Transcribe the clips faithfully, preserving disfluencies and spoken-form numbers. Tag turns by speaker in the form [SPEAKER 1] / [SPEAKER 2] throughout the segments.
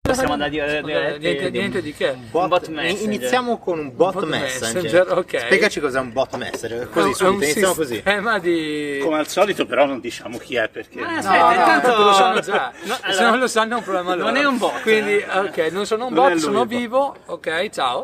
[SPEAKER 1] possiamo da dire, dire
[SPEAKER 2] niente, niente di che.
[SPEAKER 3] Bot,
[SPEAKER 1] un bot messenger.
[SPEAKER 3] Iniziamo con un bot,
[SPEAKER 2] bot
[SPEAKER 3] messenger.
[SPEAKER 2] messenger, ok.
[SPEAKER 3] Spiegaci cos'è un bot messenger. Così
[SPEAKER 2] È
[SPEAKER 3] subito,
[SPEAKER 2] un
[SPEAKER 3] iniziamo così.
[SPEAKER 2] sistema di...
[SPEAKER 4] Come al solito, però, non diciamo chi è perché.
[SPEAKER 1] Ah,
[SPEAKER 2] No,
[SPEAKER 1] aspetta,
[SPEAKER 2] no,
[SPEAKER 1] intanto
[SPEAKER 2] tanto lo sanno già.
[SPEAKER 1] No,
[SPEAKER 2] Se
[SPEAKER 1] allora,
[SPEAKER 2] non lo sanno è un problema loro.
[SPEAKER 1] non è un bot.
[SPEAKER 2] Quindi, ok, non sono un
[SPEAKER 4] Non è
[SPEAKER 2] bot,
[SPEAKER 4] lui
[SPEAKER 2] sono
[SPEAKER 4] il bot.
[SPEAKER 2] vivo. Ok, ciao.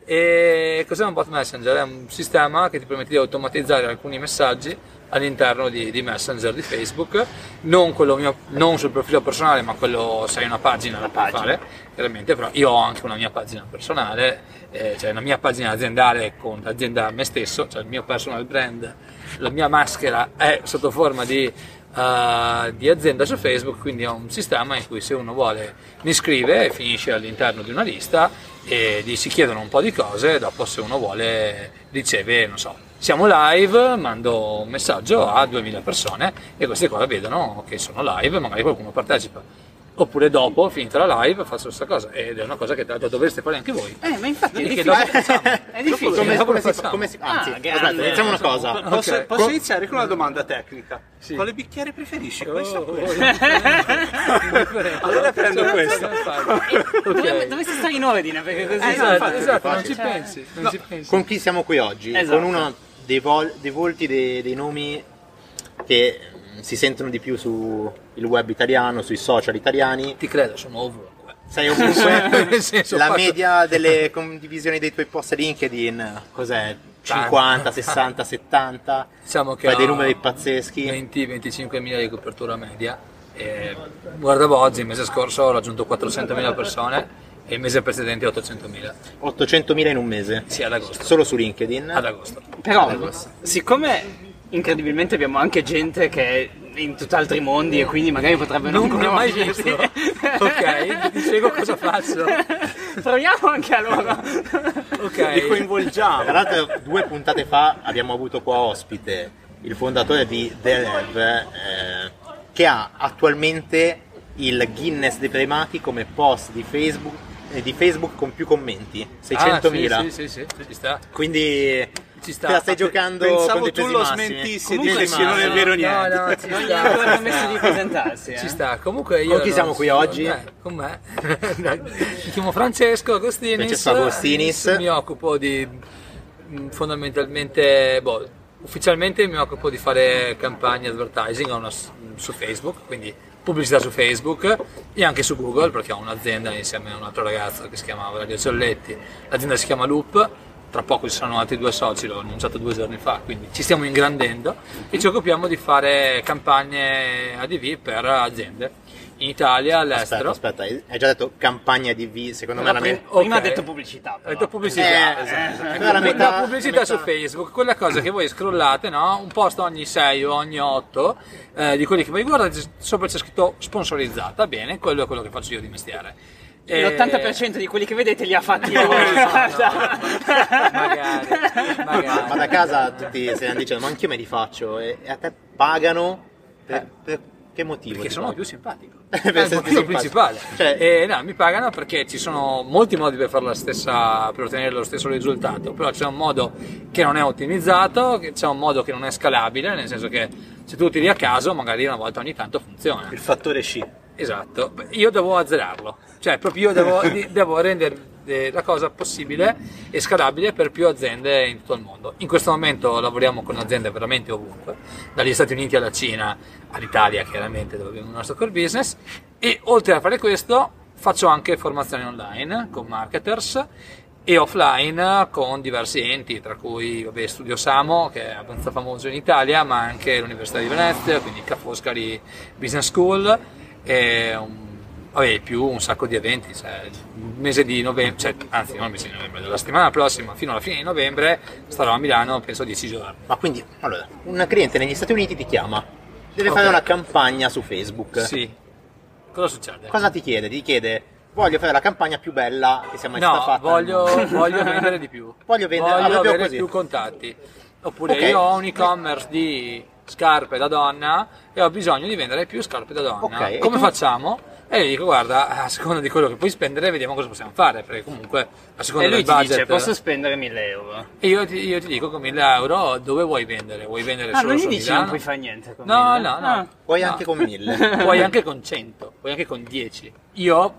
[SPEAKER 2] E cos'è un bot messenger? È un sistema che ti permette di automatizzare alcuni messaggi all'interno di, di Messenger di Facebook, non quello mio, non sul profilo personale, ma quello se hai una pagina la puoi fare, chiaramente, però io ho anche una mia pagina personale, eh, cioè una mia pagina aziendale con l'azienda me stesso, cioè il mio personal brand, la mia maschera è sotto forma di, uh, di azienda su Facebook, quindi è un sistema in cui se uno vuole mi scrive e finisce all'interno di una lista e gli si chiedono un po' di cose, dopo se uno vuole riceve, non so, siamo live, mando un messaggio a duemila persone e queste qua vedono che sono live, magari qualcuno partecipa. Oppure dopo, finita la live, faccio questa cosa ed è una cosa che tra l'altro dovreste fare anche voi.
[SPEAKER 1] Eh, ma infatti è
[SPEAKER 2] Che
[SPEAKER 1] difficile.
[SPEAKER 2] dopo facciamo.
[SPEAKER 1] È difficile.
[SPEAKER 3] Come,
[SPEAKER 2] Dopo
[SPEAKER 3] come
[SPEAKER 2] lo
[SPEAKER 3] si,
[SPEAKER 2] facciamo.
[SPEAKER 3] come si, anzi,
[SPEAKER 1] Ah,
[SPEAKER 3] aspetta,
[SPEAKER 1] grande.
[SPEAKER 3] iniziamo una cosa.
[SPEAKER 4] Posso,
[SPEAKER 2] Ok.
[SPEAKER 4] posso
[SPEAKER 3] Co-
[SPEAKER 4] iniziare con una domanda tecnica?
[SPEAKER 2] Sì.
[SPEAKER 4] Quale bicchiere preferisci?
[SPEAKER 2] Oh,
[SPEAKER 4] Questo o
[SPEAKER 2] oh,
[SPEAKER 4] questo?
[SPEAKER 2] indifferente.
[SPEAKER 4] Allora prendo questo.
[SPEAKER 1] Dove- Dovresti stare in ordine perché così.
[SPEAKER 4] Eh, no,
[SPEAKER 2] Esatto,
[SPEAKER 4] infatti,
[SPEAKER 2] esatto, non
[SPEAKER 3] facile.
[SPEAKER 2] ci pensi, non
[SPEAKER 4] No,
[SPEAKER 2] ci pensi.
[SPEAKER 3] Con chi siamo qui oggi?
[SPEAKER 1] Esatto.
[SPEAKER 3] Con uno dei, vol- dei volti, dei, dei nomi che mm, si sentono di più sul web italiano, sui social italiani.
[SPEAKER 2] Ti credo, sono ovunque.
[SPEAKER 3] Sei ovunque.
[SPEAKER 2] Nel senso,
[SPEAKER 3] La
[SPEAKER 2] faccio-
[SPEAKER 3] media delle condivisioni dei tuoi post LinkedIn cos'è? cinquanta, sessanta, settanta?
[SPEAKER 2] Diciamo che
[SPEAKER 3] Fai dei
[SPEAKER 2] ho
[SPEAKER 3] numeri pazzeschi.
[SPEAKER 2] venti venticinque mila di copertura media. E guardavo oggi, il mese scorso ho raggiunto quattrocentomila persone e il mese precedente ottocentomila.
[SPEAKER 3] ottocentomila in un mese.
[SPEAKER 2] Sì, ad agosto.
[SPEAKER 3] Solo su LinkedIn.
[SPEAKER 2] Ad agosto.
[SPEAKER 1] Però, siccome incredibilmente abbiamo anche gente che è in tutt'altri mondi e quindi magari potrebbe non,
[SPEAKER 2] Non mi ha mai
[SPEAKER 1] conoscerti.
[SPEAKER 2] visto. Ok, ti spiego cosa faccio.
[SPEAKER 1] Proviamo anche a loro.
[SPEAKER 2] Ok.
[SPEAKER 4] Li coinvolgiamo.
[SPEAKER 3] Tra l'altro due puntate fa abbiamo avuto qua ospite il fondatore di The Lab, eh, che ha attualmente il Guinness dei primati come post di Facebook, eh, di Facebook con più commenti, seicentomila.
[SPEAKER 2] Ah, sì, sì, sì, sì, ci sta.
[SPEAKER 3] Quindi
[SPEAKER 2] Ci
[SPEAKER 3] te
[SPEAKER 2] sta.
[SPEAKER 3] la stai giocando
[SPEAKER 4] Pensavo
[SPEAKER 3] con dei
[SPEAKER 4] tu
[SPEAKER 3] pesi
[SPEAKER 4] lo
[SPEAKER 3] massimi.
[SPEAKER 4] smentissi e
[SPEAKER 3] Comunque
[SPEAKER 4] dicessi non è
[SPEAKER 3] no,
[SPEAKER 4] vero
[SPEAKER 2] No,
[SPEAKER 4] niente.
[SPEAKER 2] no, ci
[SPEAKER 1] Non gli
[SPEAKER 2] sta.
[SPEAKER 1] hanno ancora
[SPEAKER 2] ci
[SPEAKER 1] permesso
[SPEAKER 2] sta.
[SPEAKER 1] di presentarsi. eh.
[SPEAKER 2] Ci sta, comunque io...
[SPEAKER 3] Con chi
[SPEAKER 2] non-
[SPEAKER 3] siamo qui oggi?
[SPEAKER 2] Eh, con me. Mi chiamo Francesco Agostinis.
[SPEAKER 3] Francesco Agostinis.
[SPEAKER 2] Mi occupo di mh, fondamentalmente, boh, ufficialmente mi occupo di fare campagne advertising a una- su Facebook, quindi pubblicità su Facebook e anche su Google, perché ho un'azienda insieme a un altro ragazzo che si chiama Valerio Celletti. L'azienda si chiama Loop. Tra poco ci saranno altri due soci, l'ho annunciato due giorni fa, quindi ci stiamo ingrandendo e ci occupiamo di fare campagne A D V per aziende in Italia, all'estero.
[SPEAKER 3] Aspetta, aspetta, hai già detto campagna di V, secondo me
[SPEAKER 1] La
[SPEAKER 3] la
[SPEAKER 1] prim-
[SPEAKER 3] me-
[SPEAKER 1] Prima
[SPEAKER 2] Ok.
[SPEAKER 1] ha detto pubblicità.
[SPEAKER 2] Ho
[SPEAKER 1] però.
[SPEAKER 2] detto pubblicità,
[SPEAKER 3] Eh,
[SPEAKER 2] esatto.
[SPEAKER 3] eh, la metà-
[SPEAKER 2] La pubblicità
[SPEAKER 3] la metà-
[SPEAKER 2] su Facebook, quella cosa che voi scrollate, no? Un post ogni sei o ogni otto eh, di quelli che voi guardate, sopra c'è scritto sponsorizzata, bene, quello è quello che faccio io di mestiere. E-
[SPEAKER 1] L'ottanta per cento di quelli che vedete li ha fatti lui.
[SPEAKER 2] magari, magari.
[SPEAKER 3] ma da casa tutti se ne dicendo ma anch'io me li faccio e, e a te pagano per, per che motivo?
[SPEAKER 2] Perché
[SPEAKER 3] ti
[SPEAKER 2] sono
[SPEAKER 3] pagano?
[SPEAKER 2] più simpatico.
[SPEAKER 3] Per
[SPEAKER 2] È il
[SPEAKER 3] essere
[SPEAKER 2] motivo
[SPEAKER 3] simpatico.
[SPEAKER 2] principale.
[SPEAKER 3] Cioè-
[SPEAKER 2] Eh, no, mi pagano perché ci sono molti modi per fare la stessa, per ottenere lo stesso risultato, però c'è un modo che non è ottimizzato, che c'è un modo che non è scalabile, nel senso che se tu tiri a caso, magari una volta ogni tanto funziona.
[SPEAKER 4] Il fattore C.
[SPEAKER 2] Esatto, io devo azzerarlo, cioè proprio io devo, di- devo rendere eh, la cosa possibile e scalabile per più aziende in tutto il mondo. In questo momento lavoriamo con aziende veramente ovunque, dagli Stati Uniti alla Cina, all'Italia chiaramente dove abbiamo il nostro core business, e oltre a fare questo faccio anche formazioni online con marketers e offline con diversi enti, tra cui vabbè, Studio Samo, che è abbastanza famoso in Italia, ma anche l'Università di Venezia, quindi Ca' Foscari Business School, e un, vabbè, più un sacco di eventi, cioè, il mese di novembre, cioè, anzi non il mese di novembre, dalla settimana prossima fino alla fine di novembre starò a Milano, penso dieci giorni.
[SPEAKER 3] Ma quindi, allora, un cliente negli Stati Uniti ti chiama, deve
[SPEAKER 2] Ok.
[SPEAKER 3] fare una campagna su Facebook.
[SPEAKER 2] Sì. Cosa succede?
[SPEAKER 3] Cosa ti chiede? Ti chiede, voglio fare la campagna più bella che sia mai stata
[SPEAKER 2] No,
[SPEAKER 3] fatta.
[SPEAKER 2] voglio,
[SPEAKER 3] nel mondo.
[SPEAKER 2] voglio vendere di più.
[SPEAKER 3] Voglio vendere- ah,
[SPEAKER 2] voglio
[SPEAKER 3] proprio
[SPEAKER 2] avere
[SPEAKER 3] così.
[SPEAKER 2] più contatti. Oppure
[SPEAKER 3] Ok.
[SPEAKER 2] io ho un e-commerce di scarpe da donna e ho bisogno di vendere più scarpe da donna.
[SPEAKER 3] Ok, e
[SPEAKER 2] Come
[SPEAKER 3] tu-
[SPEAKER 2] facciamo? E gli dico, guarda, a seconda di quello che puoi spendere, vediamo cosa possiamo fare, perché comunque a seconda
[SPEAKER 1] E lui
[SPEAKER 2] del
[SPEAKER 1] ti
[SPEAKER 2] budget.
[SPEAKER 1] dice, posso spendere mille euro?
[SPEAKER 2] E io ti, io ti dico con mille euro dove vuoi vendere? Vuoi vendere
[SPEAKER 1] Ah,
[SPEAKER 2] solo
[SPEAKER 1] non gli
[SPEAKER 2] su
[SPEAKER 1] dici
[SPEAKER 2] Milano?
[SPEAKER 1] non puoi fare niente con
[SPEAKER 2] No,
[SPEAKER 1] mille?
[SPEAKER 2] no, no.
[SPEAKER 1] Ah.
[SPEAKER 3] Puoi
[SPEAKER 2] No.
[SPEAKER 3] anche con mille.
[SPEAKER 2] Puoi anche con cento, puoi anche con dieci. Io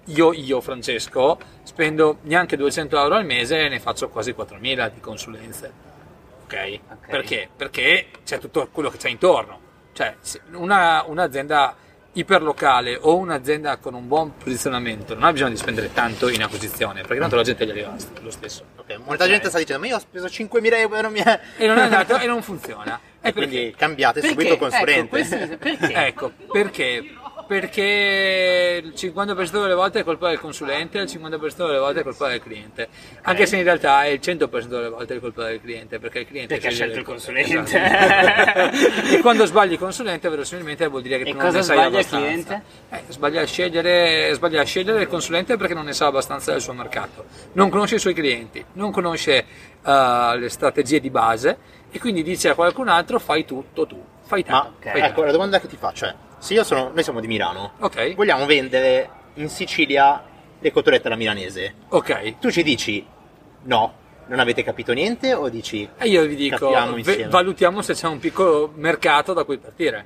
[SPEAKER 2] io, io Francesco, spendo neanche duecento euro al mese e ne faccio quasi quattromila di consulenze. Ok?
[SPEAKER 1] Ok.
[SPEAKER 2] Perché? Perché c'è tutto quello che c'è intorno. Cioè, se una, un'azienda iperlocale o un'azienda con un buon posizionamento non ha bisogno di spendere tanto in acquisizione, perché tanto la gente gli arriva lo stesso.
[SPEAKER 3] Ok, molta gente sta dicendo, ma io ho speso cinquemila euro e non mi è...
[SPEAKER 2] E non è andato e non funziona.
[SPEAKER 3] E
[SPEAKER 2] E
[SPEAKER 3] quindi
[SPEAKER 2] perché?
[SPEAKER 3] cambiate
[SPEAKER 1] Perché?
[SPEAKER 3] subito consulente.
[SPEAKER 1] Ecco, questo- perché?
[SPEAKER 2] Ecco, perché? Perché il cinquanta per cento delle volte è colpa del consulente e il cinquanta per cento delle volte è colpa del cliente. Anche se in realtà è il cento per cento delle volte è colpa del cliente, perché il cliente
[SPEAKER 1] Perché ha
[SPEAKER 2] sceglie
[SPEAKER 1] scelto il
[SPEAKER 2] le-
[SPEAKER 1] consulente.
[SPEAKER 2] Esatto. E quando sbagli il consulente verosimilmente vuol dire che
[SPEAKER 1] E
[SPEAKER 2] tu non
[SPEAKER 1] cosa
[SPEAKER 2] ne sai
[SPEAKER 1] sbaglia il
[SPEAKER 2] abbastanza.
[SPEAKER 1] cliente?
[SPEAKER 2] Eh, sbaglia, a scegliere, sbaglia a scegliere il consulente perché non ne sa abbastanza del suo mercato, non conosce i suoi clienti, non conosce uh, le strategie di base e quindi dice a qualcun altro fai tutto tu, fai te.
[SPEAKER 3] Ma
[SPEAKER 2] fai te.
[SPEAKER 3] ecco, la domanda che ti faccio è, se io sono, noi siamo di Milano,
[SPEAKER 2] Ok.
[SPEAKER 3] vogliamo vendere in Sicilia le cotolette alla milanese,
[SPEAKER 2] Ok.
[SPEAKER 3] tu ci dici no, non avete capito niente o dici
[SPEAKER 2] E io vi dico,
[SPEAKER 3] capiamo
[SPEAKER 2] ve-
[SPEAKER 3] insieme?
[SPEAKER 2] valutiamo se c'è un piccolo mercato da cui partire.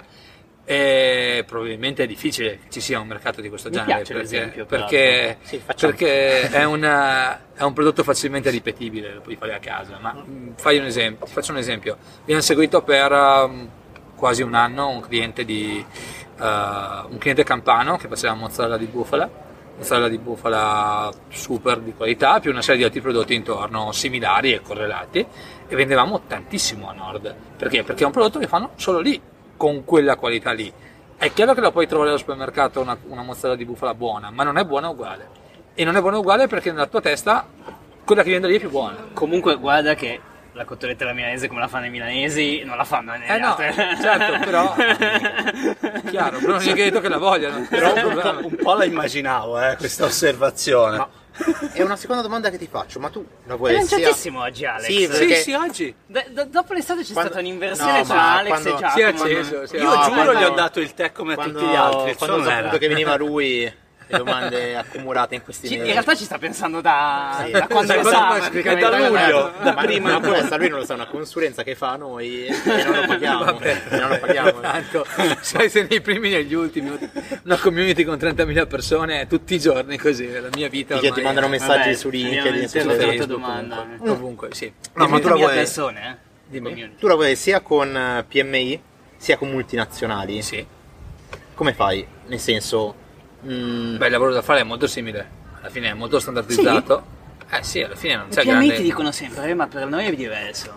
[SPEAKER 2] E probabilmente è difficile che ci sia un mercato di questo
[SPEAKER 1] Mi
[SPEAKER 2] genere
[SPEAKER 1] piace
[SPEAKER 2] perché,
[SPEAKER 1] l'esempio, però.
[SPEAKER 2] perché,
[SPEAKER 3] Sì, facciamo.
[SPEAKER 2] perché è, una- è un prodotto facilmente ripetibile, lo puoi fare a casa. Ma mh, fai un esempio, ti faccio un esempio. Viene seguito per um, quasi un anno un cliente di uh, un cliente campano che faceva mozzarella di bufala. Mozzarella di bufala super di qualità, più una serie di altri prodotti intorno similari e correlati, e vendevamo tantissimo a nord. Perché? Perché è un prodotto che fanno solo lì, con quella qualità lì. È chiaro che la puoi trovare al supermercato una, una mozzarella di bufala buona, ma non è buona uguale. E non è buona uguale perché nella tua testa quella che vende lì è più buona.
[SPEAKER 1] Comunque guarda che la cotoletta alla milanese come la fanno i milanesi non la fanno nelle
[SPEAKER 2] Eh no,
[SPEAKER 1] altre.
[SPEAKER 2] certo, però chiaro, però non è che detto che la vogliano.
[SPEAKER 4] Però
[SPEAKER 2] Però
[SPEAKER 4] un po', un po' la immaginavo, eh, questa osservazione.
[SPEAKER 3] Ma è una seconda domanda che ti faccio, ma tu la
[SPEAKER 1] È
[SPEAKER 3] vuoi sia...
[SPEAKER 1] lanciatissimo oggi Alex.
[SPEAKER 3] Sì,
[SPEAKER 2] sì,
[SPEAKER 3] perché-
[SPEAKER 2] sì, oggi.
[SPEAKER 1] Da- da- dopo l'estate c'è
[SPEAKER 3] Quando-
[SPEAKER 1] stata un'inversione
[SPEAKER 3] no,
[SPEAKER 1] tra
[SPEAKER 3] ma
[SPEAKER 1] Alex
[SPEAKER 3] quando-
[SPEAKER 1] e
[SPEAKER 2] Si è
[SPEAKER 1] Giacomo.
[SPEAKER 2] acceso, si è
[SPEAKER 4] Io
[SPEAKER 3] No,
[SPEAKER 4] giuro
[SPEAKER 3] quando-
[SPEAKER 4] gli ho dato il tè come a
[SPEAKER 3] quando,
[SPEAKER 4] tutti gli altri.
[SPEAKER 3] quando ho
[SPEAKER 4] ciò non
[SPEAKER 3] saputo
[SPEAKER 4] era.
[SPEAKER 3] che veniva lui, le domande accumulate in questi
[SPEAKER 1] Ci- in
[SPEAKER 3] mesi.
[SPEAKER 1] realtà ci sta pensando da,
[SPEAKER 3] Sì.
[SPEAKER 1] da quando
[SPEAKER 2] Da
[SPEAKER 1] è
[SPEAKER 2] quando
[SPEAKER 1] sa,
[SPEAKER 2] mi spieghi
[SPEAKER 4] da
[SPEAKER 2] italiano.
[SPEAKER 4] luglio, da
[SPEAKER 3] ma,
[SPEAKER 4] prima.
[SPEAKER 3] ma questa lui non lo sa, è una consulenza che fa a noi e non lo paghiamo.
[SPEAKER 2] Vabbè.
[SPEAKER 3] E non lo paghiamo.
[SPEAKER 2] Tanto, sai, se nei primi e negli ultimi, una community con trentamila persone tutti i giorni così, la mia vita
[SPEAKER 3] Che ti
[SPEAKER 2] ormai
[SPEAKER 3] mandano
[SPEAKER 2] è-
[SPEAKER 3] messaggi
[SPEAKER 1] Vabbè,
[SPEAKER 3] su
[SPEAKER 1] abbiamo
[SPEAKER 3] LinkedIn, su
[SPEAKER 1] interrotto la tua
[SPEAKER 3] Facebook.
[SPEAKER 1] domanda.
[SPEAKER 2] ovunque, ovunque, sì.
[SPEAKER 3] No, ma tu la
[SPEAKER 1] trentamila
[SPEAKER 3] vuoi,
[SPEAKER 1] persone, eh?
[SPEAKER 2] Dimmi.
[SPEAKER 1] Community.
[SPEAKER 3] tu la vuoi sia con eh, P M I sia con multinazionali?
[SPEAKER 2] Sì.
[SPEAKER 3] Come fai? Nel senso, mm,
[SPEAKER 2] Beh, il lavoro da fare è molto simile, alla fine è molto standardizzato. Eh sì, alla fine non
[SPEAKER 1] I
[SPEAKER 2] c'è
[SPEAKER 1] P M I
[SPEAKER 2] grande...
[SPEAKER 1] ti dicono sempre, eh, ma per noi è diverso.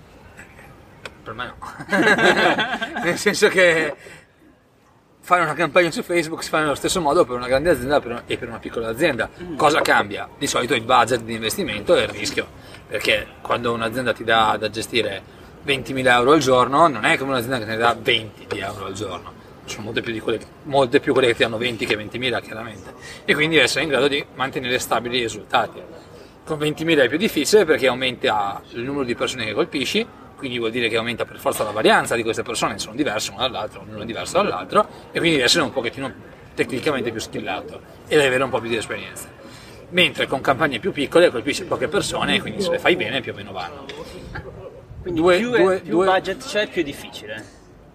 [SPEAKER 2] Per me no. Nel senso che fare una campagna su Facebook si fa nello stesso modo per una grande azienda per una- e per una piccola azienda. Cosa cambia? Di solito il budget di investimento e il rischio, perché quando un'azienda ti dà da gestire ventimila euro al giorno non è come un'azienda che ne dà venti di euro al giorno. Sono molte più, di quelle, molte più quelle che ti danno venti che ventimila chiaramente, e quindi devi essere in grado di mantenere stabili i risultati. Con ventimila è più difficile perché aumenta il numero di persone che colpisci, quindi vuol dire che aumenta per forza la varianza di queste persone, sono diverse una dall'altra, ognuno è diverso dall'altro, e quindi devi essere un pochettino tecnicamente più skillato e devi avere un po' più di esperienza. Mentre con campagne più piccole colpisci poche persone e quindi se le fai bene più o meno vanno.
[SPEAKER 1] Quindi
[SPEAKER 2] Due-
[SPEAKER 1] più,
[SPEAKER 2] due-
[SPEAKER 1] è, più
[SPEAKER 2] due-
[SPEAKER 1] budget c'è, più è difficile,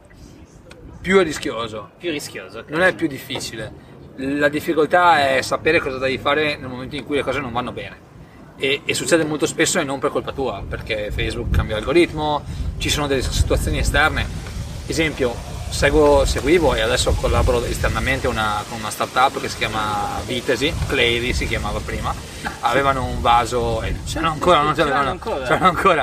[SPEAKER 2] Più è rischioso,
[SPEAKER 1] più rischioso. ok.
[SPEAKER 2] non è più difficile. La difficoltà è sapere cosa devi fare nel momento in cui le cose non vanno bene. E, e succede molto spesso e non per colpa tua, perché Facebook cambia l'algoritmo, ci sono delle situazioni esterne. Esempio, seguo, seguivo e adesso collaboro esternamente una, con una startup che si chiama Vitesi, Clary si chiamava prima, avevano un vaso, e c'erano ancora, non
[SPEAKER 1] Ce l'hanno
[SPEAKER 2] c'erano
[SPEAKER 1] ancora?
[SPEAKER 2] c'erano ancora.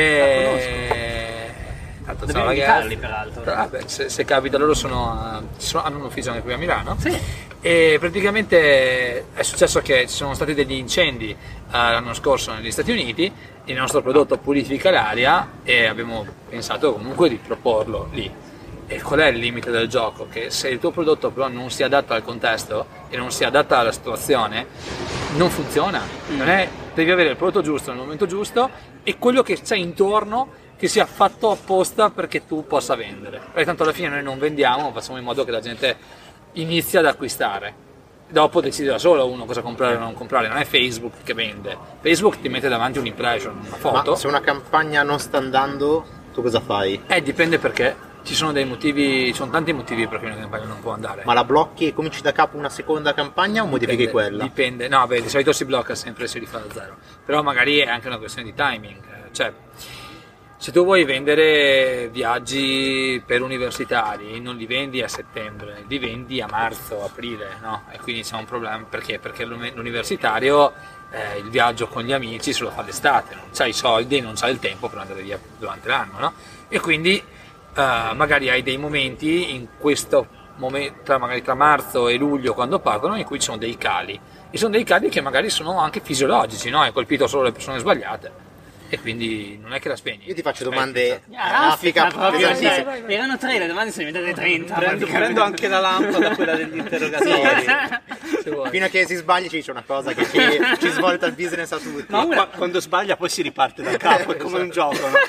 [SPEAKER 2] E, tanto
[SPEAKER 1] Dobbiamo
[SPEAKER 2] ciao
[SPEAKER 1] invitarli,
[SPEAKER 2] ragazzi.
[SPEAKER 1] peraltro.
[SPEAKER 2] Però, vabbè, se, se capita, loro sono, a- sono- hanno un ufficio anche qui a Milano.
[SPEAKER 1] Sì.
[SPEAKER 2] E praticamente è successo che ci sono stati degli incendi eh, l'anno scorso negli Stati Uniti, il nostro prodotto purifica l'aria e abbiamo pensato comunque di proporlo lì. E qual è il limite del gioco? Che se il tuo prodotto però non si adatta al contesto e non si adatta alla situazione, non funziona. Non è, devi avere il prodotto giusto nel momento giusto e quello che c'è intorno che sia fatto apposta perché tu possa vendere. Perché tanto alla fine noi non vendiamo, facciamo in modo che la gente inizia ad acquistare. Dopo decide da solo uno cosa comprare o non comprare, non è Facebook che vende. Facebook ti mette davanti un'impression, una foto.
[SPEAKER 3] ma se una campagna non sta andando, tu cosa fai?
[SPEAKER 2] Eh, dipende perché. ci sono dei motivi, ci sono tanti motivi per cui una campagna non può andare.
[SPEAKER 3] Ma la blocchi e cominci da capo una seconda campagna o modifichi
[SPEAKER 2] Dipende,
[SPEAKER 3] quella?
[SPEAKER 2] Dipende, no, beh, di solito si blocca sempre, si rifà da zero, però magari è anche una questione di timing, cioè se tu vuoi vendere viaggi per universitari non li vendi a settembre, li vendi a marzo, aprile, no? E quindi c'è un problema, perché? Perché l'universitario eh, il viaggio con gli amici se lo fa d'estate, non c'ha i soldi, non c'ha il tempo per andare via durante l'anno, no? E quindi Uh, magari hai dei momenti in questo momento, tra, magari tra marzo e luglio quando partono, in cui ci sono dei cali e sono dei cali che magari sono anche fisiologici, no? Hai colpito solo le persone sbagliate e quindi non è che la spegni.
[SPEAKER 3] Io ti faccio domande
[SPEAKER 1] Ah,
[SPEAKER 3] raffica,
[SPEAKER 1] proprio,
[SPEAKER 3] pesantissime.
[SPEAKER 1] cioè, vai, vai. Erano tre, le domande sono diventate trenta.
[SPEAKER 4] Prendo, prendo anche la lampada, quella degli interrogatori.
[SPEAKER 2] Se vuoi.
[SPEAKER 3] Fino a che si sbagli ci dice una cosa che ci, ci svolta il business a tutti.
[SPEAKER 4] Ma qua- quando sbaglia poi si riparte da capo, è come un gioco, no?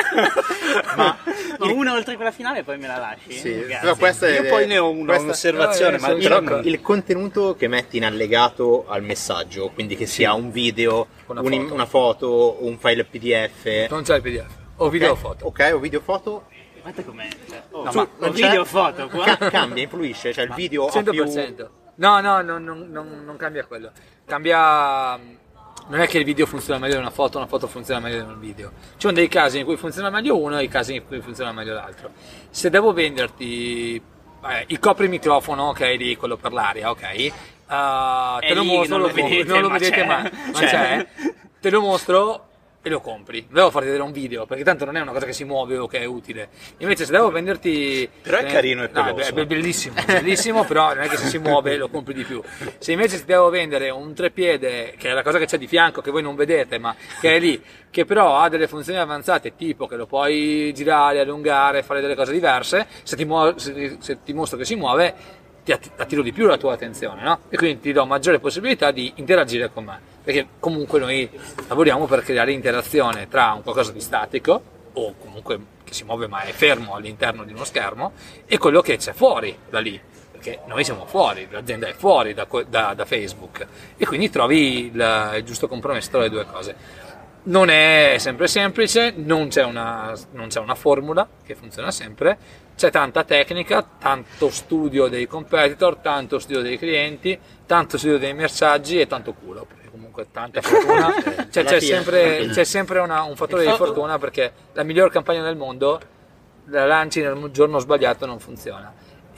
[SPEAKER 3] Ma
[SPEAKER 1] Ma una oltre quella finale poi me la lasci?
[SPEAKER 3] sì,
[SPEAKER 1] Grazie.
[SPEAKER 3] però questo è,
[SPEAKER 4] Io poi ne ho una,
[SPEAKER 3] questa-
[SPEAKER 4] un'osservazione,
[SPEAKER 2] Eh,
[SPEAKER 4] ma
[SPEAKER 2] sono
[SPEAKER 4] però
[SPEAKER 2] d'accordo.
[SPEAKER 3] il contenuto che metti in allegato al messaggio, quindi che sia un video,
[SPEAKER 2] Una
[SPEAKER 3] un-
[SPEAKER 2] foto.
[SPEAKER 3] una foto, un file P D F,
[SPEAKER 2] Non c'è il P D F o video o
[SPEAKER 3] ok?
[SPEAKER 2] foto.
[SPEAKER 3] Ok, o video foto.
[SPEAKER 1] Guarda com'è. Cioè, oh,
[SPEAKER 3] No,
[SPEAKER 1] su,
[SPEAKER 3] ma
[SPEAKER 1] ho
[SPEAKER 3] non c'è-
[SPEAKER 1] video foto qua.
[SPEAKER 3] Ca- cambia, influisce, cioè il video ha
[SPEAKER 2] cento
[SPEAKER 3] più...
[SPEAKER 2] per cento. No, no, no, non, non- non cambia quello. Cambia. Non è che il video funziona meglio di una foto, una foto funziona meglio di un video. Ci sono dei casi in cui funziona meglio uno e i casi in cui funziona meglio l'altro. Se devo venderti eh, il coprimicrofono, ok, lì, quello per l'aria, ok? eh, te
[SPEAKER 1] È
[SPEAKER 2] lo
[SPEAKER 1] lì,
[SPEAKER 2] mostro,
[SPEAKER 1] non lo
[SPEAKER 2] lo compri.
[SPEAKER 1] vedete,
[SPEAKER 2] non lo
[SPEAKER 1] ma
[SPEAKER 2] vedete
[SPEAKER 1] c'è.
[SPEAKER 2] mai, ma
[SPEAKER 1] C'è.
[SPEAKER 2] c'è. Te lo mostro e lo compri. Non devo farti vedere un video, perché tanto non è una cosa che si muove o che è utile. Invece se devo venderti...
[SPEAKER 4] Però è
[SPEAKER 2] eh,
[SPEAKER 4] carino e
[SPEAKER 2] no,
[SPEAKER 4] peloso.
[SPEAKER 2] è be- bellissimo, bellissimo, però non è che se si muove lo compri di più. Se invece ti devo vendere un trepiede, che è la cosa che c'è di fianco, che voi non vedete, ma che è lì, che però ha delle funzioni avanzate, tipo che lo puoi girare, allungare, fare delle cose diverse, se ti, muo- se, se ti mostro che si muove, ti att- attiro di più la tua attenzione, no? E quindi ti do maggiore possibilità di interagire con me, perché comunque noi lavoriamo per creare interazione tra un qualcosa di statico, o comunque che si muove ma è fermo all'interno di uno schermo, e quello che c'è fuori da lì, perché noi siamo fuori, l'azienda è fuori da, que- da- da Facebook, e quindi trovi il, il giusto compromesso tra le due cose. Non è sempre semplice, non c'è, una, non c'è una formula che funziona sempre, c'è tanta tecnica, tanto studio dei competitor, tanto studio dei clienti, tanto studio dei messaggi e tanto culo, perché comunque tanta fortuna, cioè,
[SPEAKER 3] Alla
[SPEAKER 2] c'è,
[SPEAKER 3] fine.
[SPEAKER 2] sempre, c'è sempre una- un fattore di fortuna, perché la miglior campagna del mondo la lanci nel giorno sbagliato non funziona,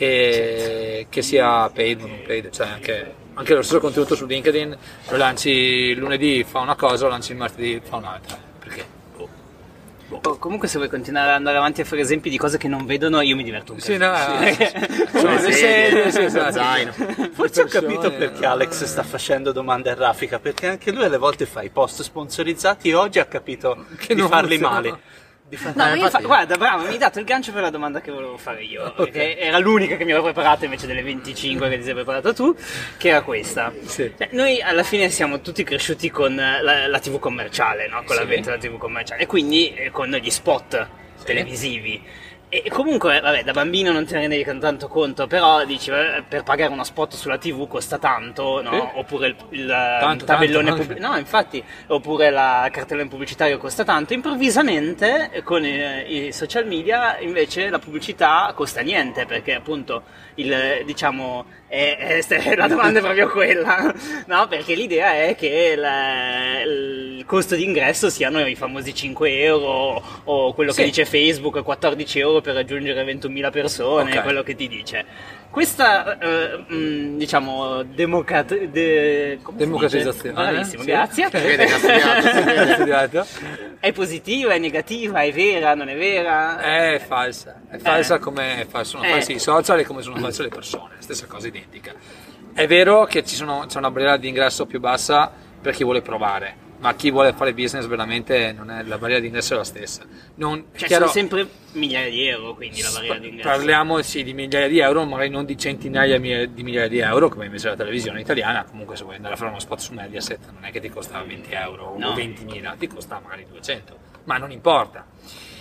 [SPEAKER 2] e che sia paid o non paid, cioè anche, anche lo stesso contenuto su LinkedIn lo lanci il lunedì fa una cosa, lo lanci il martedì fa un'altra, perché boh.
[SPEAKER 1] Oh, comunque se vuoi continuare ad andare avanti a fare esempi di cose che non vedono, io mi diverto un po'.
[SPEAKER 2] Sì, no,
[SPEAKER 3] Sono
[SPEAKER 2] le
[SPEAKER 3] le
[SPEAKER 2] sedie,
[SPEAKER 3] sedie,
[SPEAKER 2] sì,
[SPEAKER 3] lo
[SPEAKER 2] esatto.
[SPEAKER 3] zaino.
[SPEAKER 4] Forse ho
[SPEAKER 2] persone,
[SPEAKER 4] capito perché
[SPEAKER 2] no.
[SPEAKER 4] Alex sta facendo domande a Raffica, perché anche lui alle volte fa i post sponsorizzati e oggi ha capito
[SPEAKER 2] Che
[SPEAKER 4] di
[SPEAKER 2] non
[SPEAKER 4] farli
[SPEAKER 2] funziona.
[SPEAKER 4] male. Di far-
[SPEAKER 1] No, ma
[SPEAKER 3] Eh,
[SPEAKER 1] io
[SPEAKER 3] infatti-
[SPEAKER 1] fa- guarda, bravo, mi hai dato il gancio per la domanda che volevo fare io, perché era l'unica che mi ero preparata invece delle venticinque che ti sei preparata tu, che era questa.
[SPEAKER 2] Sì.
[SPEAKER 1] Cioè, noi alla fine siamo tutti cresciuti con la, la tivù commerciale, no? Con
[SPEAKER 2] Sì.
[SPEAKER 1] l'avvento della tivù commerciale, e quindi eh, con gli spot televisivi. E comunque, vabbè, da bambino non te ne rendevi tanto conto, però dici, eh, per pagare uno spot sulla tivù costa tanto, no?
[SPEAKER 2] Sì.
[SPEAKER 1] Oppure il, il
[SPEAKER 2] Tanto,
[SPEAKER 1] tabellone
[SPEAKER 2] tanto,
[SPEAKER 1] pubblic- no, infatti, oppure la cartellone pubblicitario costa tanto. Improvvisamente, eh, con eh, i social media, invece la pubblicità costa niente, perché appunto, il, diciamo, è, è- la domanda è proprio quella, no? Perché l'idea è che la- il costo d'ingresso siano i famosi cinque euro, o quello che
[SPEAKER 2] Sì.
[SPEAKER 1] dice Facebook, quattordici euro per raggiungere ventumila persone,
[SPEAKER 2] Ok.
[SPEAKER 1] quello che ti dice. Questa, eh, mh, diciamo, democat- de- come si
[SPEAKER 2] Democratizzazione,
[SPEAKER 1] dice? Bravissimo,
[SPEAKER 2] eh?
[SPEAKER 1] grazie.
[SPEAKER 2] Sì.
[SPEAKER 3] Si vede che ha studiato, si vede.
[SPEAKER 2] Studiato.
[SPEAKER 1] È positiva, è negativa, è vera, non è vera?
[SPEAKER 2] È falsa, è falsa
[SPEAKER 1] Eh.
[SPEAKER 2] come fa- sono
[SPEAKER 1] Eh.
[SPEAKER 2] falsi i social e come sono false le persone, stessa cosa identica. È vero che ci sono, c'è una barriera di ingresso più bassa per chi vuole provare, ma chi vuole fare business veramente non è, la barriera di ingresso è la stessa. Non,
[SPEAKER 1] Cioè,
[SPEAKER 2] chiaro,
[SPEAKER 1] sono sempre migliaia di euro, quindi la barriera di ingresso.
[SPEAKER 2] parliamo sì di migliaia di euro, magari non di centinaia di migliaia di euro come invece la televisione italiana. Comunque se vuoi andare a fare uno spot su Mediaset non è che ti costa venti euro
[SPEAKER 1] No.
[SPEAKER 2] o ventimila, ti costa magari duecento, ma non importa.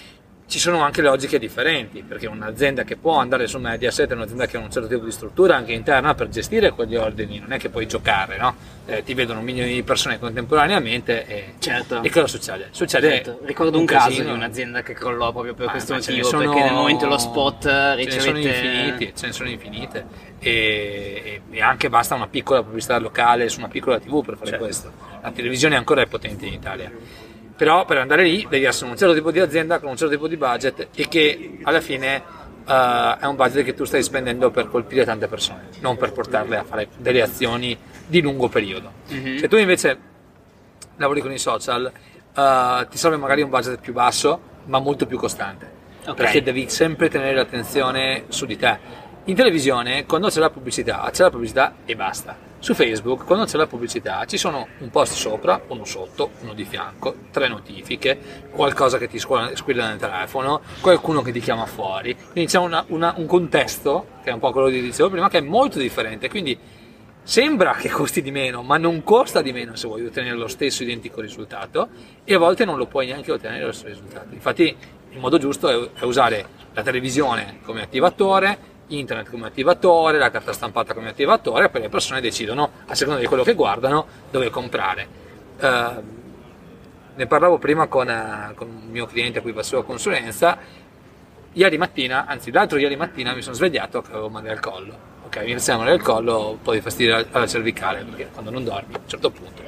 [SPEAKER 2] ci sono anche logiche differenti, perché un'azienda che può andare su Mediaset è un'azienda che ha un certo tipo di struttura anche interna per gestire quegli ordini, non è che puoi giocare, no? Eh, ti vedono milioni di persone contemporaneamente e,
[SPEAKER 1] certo.
[SPEAKER 2] e cosa succede? Succede
[SPEAKER 1] certo. Ricordo un, un caso casino. Di un'azienda che crollò proprio per ah, questo motivo, sono, perché nel momento dello spot ricevette... Ce ne sono infinite,
[SPEAKER 2] ce ne sono infinite e, e anche basta una piccola pubblicità locale su una piccola tivù per fare certo. questo. La televisione ancora è potente in Italia. Però per andare lì devi essere un certo tipo di azienda con un certo tipo di budget e che alla fine uh, è un budget che tu stai spendendo per colpire tante persone, non per portarle a fare delle azioni di lungo periodo. Mm-hmm. Se tu invece lavori con i social, uh, ti serve magari un budget più basso ma molto più costante, okay. perché devi sempre tenere l'attenzione su di te. In televisione, quando c'è la pubblicità, c'è la pubblicità e basta. Su Facebook, quando c'è la pubblicità, ci sono un post sopra, uno sotto, uno di fianco, tre notifiche, qualcosa che ti squilla nel telefono, qualcuno che ti chiama fuori. Quindi c'è una, una, un contesto, che è un po' quello che dicevo prima, che è molto differente. Quindi sembra che costi di meno, ma non costa di meno se vuoi ottenere lo stesso identico risultato, e a volte non lo puoi neanche ottenere lo stesso risultato. Infatti il modo giusto è, è usare la televisione come attivatore, internet come attivatore, la carta stampata come attivatore, e poi le persone decidono, a seconda di quello che guardano, dove comprare. Uh, ne parlavo prima con, uh, con un mio cliente a cui facevo consulenza. Ieri mattina, anzi l'altro ieri mattina mi sono svegliato che avevo male al collo. Ok, mi iniziava male al collo, un po' di fastidio alla cervicale, perché quando non dormi a un certo punto.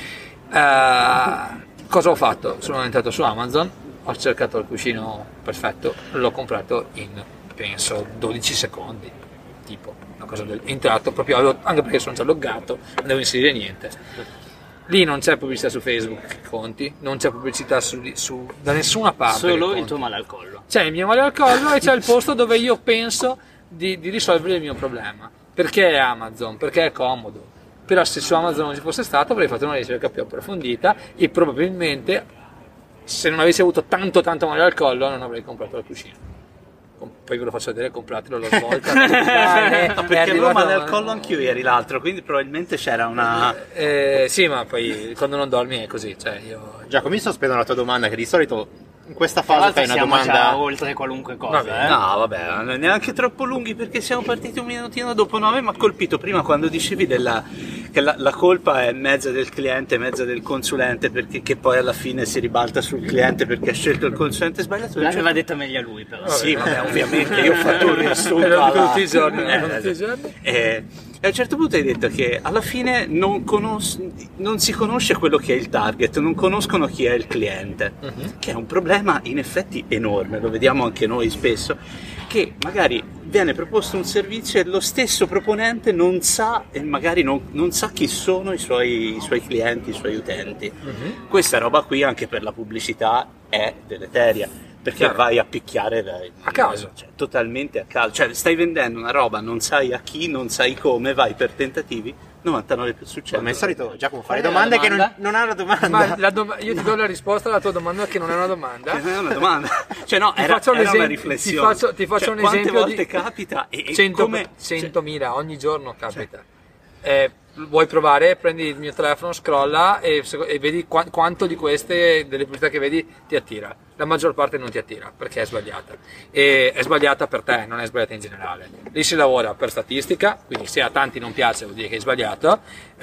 [SPEAKER 2] Uh, cosa ho fatto? Sono entrato su Amazon, ho cercato il cuscino perfetto, l'ho comprato in penso dodici secondi, tipo una cosa del entrato proprio, avevo, anche perché sono già loggato, non devo inserire niente. Lì non c'è pubblicità su Facebook che conti, non c'è pubblicità su, su, da nessuna parte.
[SPEAKER 1] Solo il tuo male al collo.
[SPEAKER 2] C'è il mio male al collo e c'è il posto dove io penso di, di risolvere il mio problema. Perché è Amazon? Perché è comodo. Però se su Amazon non ci fosse stato avrei fatto una ricerca più approfondita e probabilmente se non avessi avuto tanto tanto male al collo non avrei comprato la cuscina. Poi ve lo faccio vedere, compratelo alla svolta.
[SPEAKER 4] No, perché avevo male al collo anch'io ieri l'altro, quindi probabilmente c'era una...
[SPEAKER 2] Eh, sì, ma poi quando non dormi è così. Cioè io...
[SPEAKER 3] Giacomo, mi sospedo la tua domanda, che di solito in questa fase fai una domanda...
[SPEAKER 1] oltre qualunque cosa,
[SPEAKER 4] vabbè,
[SPEAKER 1] eh?
[SPEAKER 4] No, vabbè, neanche troppo lunghi, perché siamo partiti un minutino dopo nove, ma colpito prima quando dicevi della, che la, la colpa è mezza del cliente, mezza del consulente, perché che poi alla fine si ribalta sul cliente perché ha scelto il consulente sbagliato.
[SPEAKER 1] L'aveva detto meglio lui, però.
[SPEAKER 4] Sì, vabbè, ovviamente io ho fatto un riassunto alla...
[SPEAKER 2] tutti i giorni,
[SPEAKER 4] eh,
[SPEAKER 2] tutti i giorni.
[SPEAKER 4] Eh, e a un certo punto hai detto che alla fine non, conos- non si conosce quello che è il target, non conoscono chi è il cliente, uh-huh. che è un problema in effetti enorme, lo vediamo anche noi spesso, che magari viene proposto un servizio e lo stesso proponente non sa e magari non, non sa chi sono i suoi, i suoi clienti, i suoi utenti. Uh-huh. Questa roba qui anche per la pubblicità è deleteria, perché Chiaro. vai a picchiare la,
[SPEAKER 2] a caso,
[SPEAKER 4] cioè, totalmente a caso, cioè stai vendendo una roba, non sai a chi, non sai come, vai per tentativi, novantanove per cento.
[SPEAKER 3] Come al solito Giacomo fa le domande domanda? che non, non ha una domanda.
[SPEAKER 2] Ma la dom- io ti do la risposta alla tua domanda che non è una domanda.
[SPEAKER 4] Che non è una domanda. Cioè no,
[SPEAKER 2] ti
[SPEAKER 4] era,
[SPEAKER 2] faccio
[SPEAKER 4] era
[SPEAKER 2] esempio,
[SPEAKER 4] una riflessione.
[SPEAKER 2] Ti faccio, ti faccio
[SPEAKER 4] cioè,
[SPEAKER 2] un
[SPEAKER 4] quante
[SPEAKER 2] esempio
[SPEAKER 4] volte
[SPEAKER 2] di...
[SPEAKER 4] capita e, e
[SPEAKER 2] cento,
[SPEAKER 4] come...
[SPEAKER 2] centomila ogni giorno capita. Cioè... Eh, vuoi provare, prendi il mio telefono, scrolla e, e vedi qua, quanto di queste delle pubblicità che vedi ti attira. La maggior parte non ti attira perché è sbagliata, e è sbagliata per te, non è sbagliata in generale. Lì si lavora per statistica, quindi se a tanti non piace vuol dire che è sbagliato,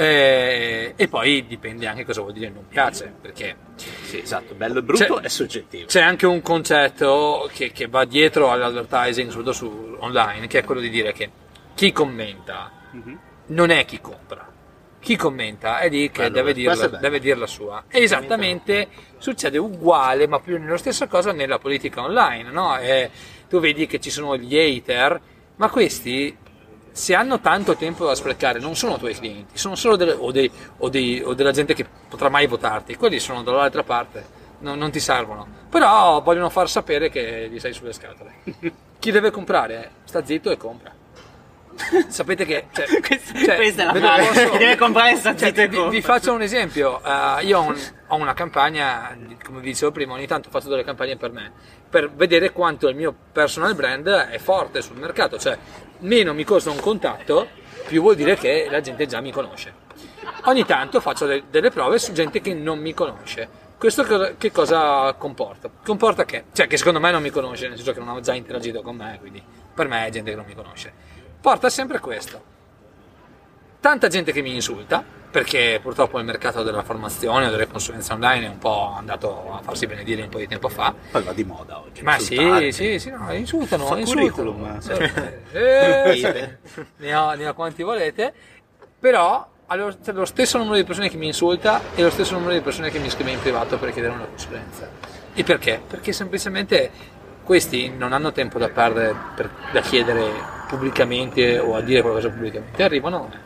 [SPEAKER 2] eh, e poi dipende anche cosa vuol dire non piace, perché
[SPEAKER 4] sì, esatto, bello e brutto è soggettivo.
[SPEAKER 2] C'è anche un concetto che, che va dietro all'advertising, soprattutto su online, che è quello di dire che chi commenta mm-hmm. non è chi compra. Chi commenta è lì che allora, deve, dirla, deve dire la sua. E esattamente succede uguale, ma più o meno la stessa cosa nella politica online, no? E tu vedi che ci sono gli hater, ma questi, se hanno tanto tempo da sprecare, non sono tuoi clienti, sono solo delle, o, dei, o, dei, o della gente che potrà mai votarti. Quelli sono dall'altra parte, non, non ti servono. Però vogliono far sapere che gli sei sulle scatole. Chi deve comprare, sta zitto e compra. Sapete che cioè,
[SPEAKER 1] questa, cioè, questa è la frase che deve comprare, cioè,
[SPEAKER 2] vi, vi faccio un esempio. Uh, io ho, un, ho una campagna, come vi dicevo prima, ogni tanto faccio delle campagne per me per vedere quanto il mio personal brand è forte sul mercato, cioè meno mi costa un contatto, più vuol dire che la gente già mi conosce. Ogni tanto faccio de- delle prove su gente che non mi conosce. Questo cosa- che cosa comporta? Comporta che, cioè che secondo me non mi conosce, nel senso che non ha già interagito con me, quindi per me è gente che non mi conosce. Porta sempre questo. Tanta gente che mi insulta, perché purtroppo il mercato della formazione o delle consulenze online è un po' andato a farsi benedire un po' di tempo fa.
[SPEAKER 4] Poi va di moda oggi.
[SPEAKER 2] Ma sì,
[SPEAKER 4] insultare.
[SPEAKER 2] sì, sì, no, insultano,
[SPEAKER 4] Fa
[SPEAKER 2] insultano.
[SPEAKER 4] curriculum, sì.
[SPEAKER 2] Eh, sì. ne, ho, ne ho quanti volete, però allo, c'è lo stesso numero di persone che mi insulta e lo stesso numero di persone che mi scrive in privato per chiedere una consulenza. E perché? Perché semplicemente questi non hanno tempo da perdere per, da chiedere pubblicamente o a dire qualcosa pubblicamente, arrivano.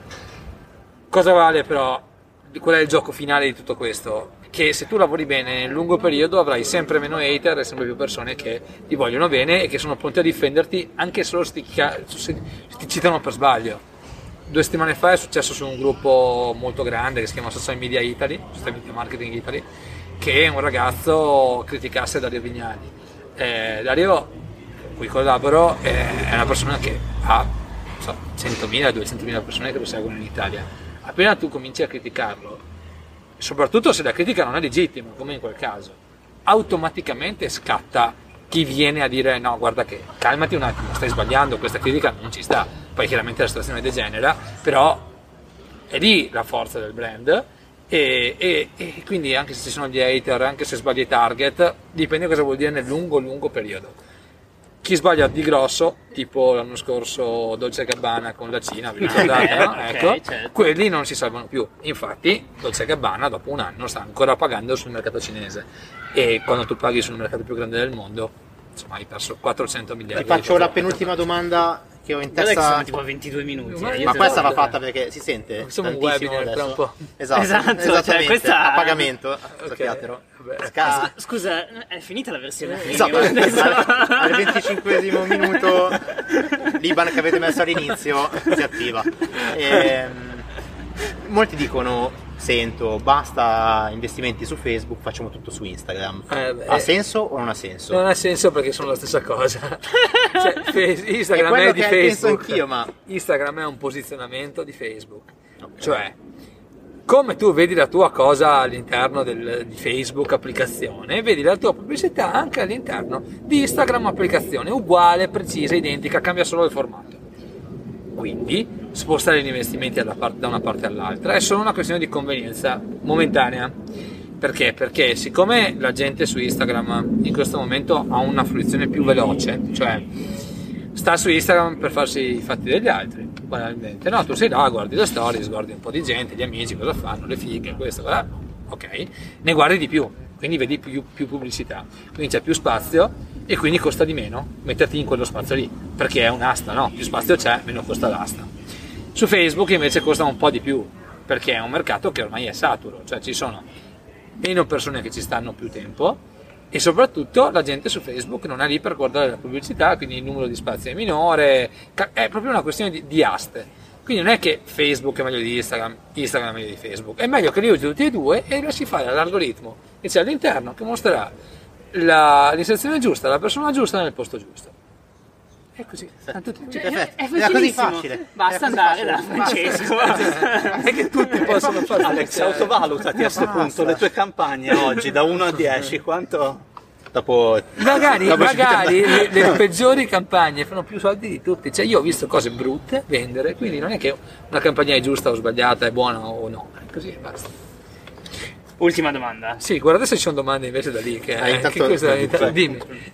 [SPEAKER 2] Cosa vale però? Qual è il gioco finale di tutto questo? Che se tu lavori bene nel lungo periodo avrai sempre meno hater e sempre più persone che ti vogliono bene e che sono pronte a difenderti anche solo se ti, se ti citano per sbaglio. Due settimane fa è successo su un gruppo molto grande che si chiama Social Media Italy, Social Media Marketing Italy, che un ragazzo criticasse Dario Vignali. Eh, Dario, con cui collaboro, è una persona che ha so, centomila, duecentomila persone che lo seguono in Italia. Appena tu cominci a criticarlo, soprattutto se la critica non è legittima, come in quel caso, automaticamente scatta chi viene a dire no, guarda che calmati un attimo, stai sbagliando, questa critica non ci sta. Poi chiaramente la situazione degenera, però è lì la forza del brand e, e, e quindi anche se ci sono gli hater, anche se sbagli target, dipende cosa vuol dire nel lungo lungo periodo. Chi sbaglia di grosso, tipo l'anno scorso Dolce e Gabbana con la Cina, vi ricordate, no?
[SPEAKER 1] Ok,
[SPEAKER 2] Ecco,
[SPEAKER 1] certo.
[SPEAKER 2] quelli non si salvano più. Infatti Dolce e Gabbana dopo un anno sta ancora pagando sul mercato cinese e quando tu paghi sul mercato più grande del mondo, insomma hai perso quattrocento miliardi.
[SPEAKER 3] Ti faccio
[SPEAKER 2] di
[SPEAKER 3] la penultima domanda che ho in
[SPEAKER 1] Guarda che
[SPEAKER 3] testa.
[SPEAKER 1] sono tipo ventidue minuti.
[SPEAKER 2] Ma
[SPEAKER 1] eh, io
[SPEAKER 3] Ma
[SPEAKER 1] te
[SPEAKER 3] questa
[SPEAKER 1] lo-
[SPEAKER 3] va fatta perché si sente
[SPEAKER 2] Siamo un
[SPEAKER 3] tantissimo
[SPEAKER 2] webinar tra
[SPEAKER 3] adesso.
[SPEAKER 2] un po'.
[SPEAKER 3] Esatto,
[SPEAKER 1] Esatto, cioè,
[SPEAKER 3] esattamente,
[SPEAKER 1] questa-
[SPEAKER 3] a pagamento,
[SPEAKER 2] Ok,
[SPEAKER 3] sappiatelo.
[SPEAKER 2] vabbè.
[SPEAKER 3] Sca-
[SPEAKER 1] Scusa, è finita la versione
[SPEAKER 3] Esatto,
[SPEAKER 1] premium adesso?
[SPEAKER 3] al, al venticinquesimo minuto l'Iban che avete messo all'inizio si attiva. Ehm, molti dicono, sento, basta investimenti su Facebook, facciamo tutto su Instagram.
[SPEAKER 2] Eh, beh.
[SPEAKER 3] Ha senso o non ha senso?
[SPEAKER 2] Non ha senso perché sono la stessa cosa. Cioè, Face- Instagram
[SPEAKER 3] È quello
[SPEAKER 2] è di
[SPEAKER 3] che penso
[SPEAKER 2] Facebook.
[SPEAKER 3] anch'io, ma-
[SPEAKER 2] Instagram è un posizionamento di Facebook.
[SPEAKER 3] Ok.
[SPEAKER 2] Cioè, come tu vedi la tua cosa all'interno del, di Facebook applicazione, vedi la tua pubblicità anche all'interno di Instagram applicazione, uguale, precisa, identica, cambia solo il formato. Quindi spostare gli investimenti alla parte- da una parte all'altra è solo una questione di convenienza momentanea. Perché? Perché siccome la gente su Instagram in questo momento ha una fruizione più veloce, cioè sta su Instagram per farsi i fatti degli altri, banalmente, no? Tu sei là, guardi le stories, guardi un po' di gente, gli amici, cosa fanno, le fighe, questo, quella, ok, ne guardi di più, quindi vedi più, più pubblicità, quindi c'è più spazio e quindi costa di meno metterti in quello spazio lì, perché è un'asta, no? Più spazio c'è, meno costa l'asta. Su Facebook invece costa un po' di più, perché è un mercato che ormai è saturo, cioè ci sono meno persone che ci stanno più tempo e soprattutto la gente su Facebook non è lì per guardare la pubblicità, quindi il numero di spazi è minore, è proprio una questione di, di aste. Quindi non è che Facebook è meglio di Instagram, Instagram è meglio di Facebook, è meglio che li usi tutti e due e lasci fare all'algoritmo che c'è all'interno che mostrerà la, l'inserzione giusta, la persona giusta nel posto giusto. È così. Tanto ti-
[SPEAKER 1] Cioè,
[SPEAKER 3] Perfetto.
[SPEAKER 1] è
[SPEAKER 3] Era così
[SPEAKER 1] facilissimo.
[SPEAKER 3] facile.
[SPEAKER 1] Basta
[SPEAKER 3] Era così
[SPEAKER 1] andare da
[SPEAKER 3] facile.
[SPEAKER 1] Francesco.
[SPEAKER 2] Non è che tutti possono fare
[SPEAKER 4] Alex, autovalutati a questo punto le tue campagne oggi da uno a dieci, quanto...
[SPEAKER 3] Dopo,
[SPEAKER 2] Magari,
[SPEAKER 3] dopo
[SPEAKER 2] magari le,
[SPEAKER 3] cinquanta
[SPEAKER 2] le peggiori campagne fanno più soldi di tutti. Cioè, io ho visto cose brutte vendere, quindi non è che una campagna è giusta o sbagliata, è buona o no. È così e basta.
[SPEAKER 1] Ultima domanda.
[SPEAKER 2] Sì, guardate se ci sono domande invece da lì. Che,
[SPEAKER 3] Ah, intanto-
[SPEAKER 2] che questo è-
[SPEAKER 3] intanto-
[SPEAKER 2] dimmi.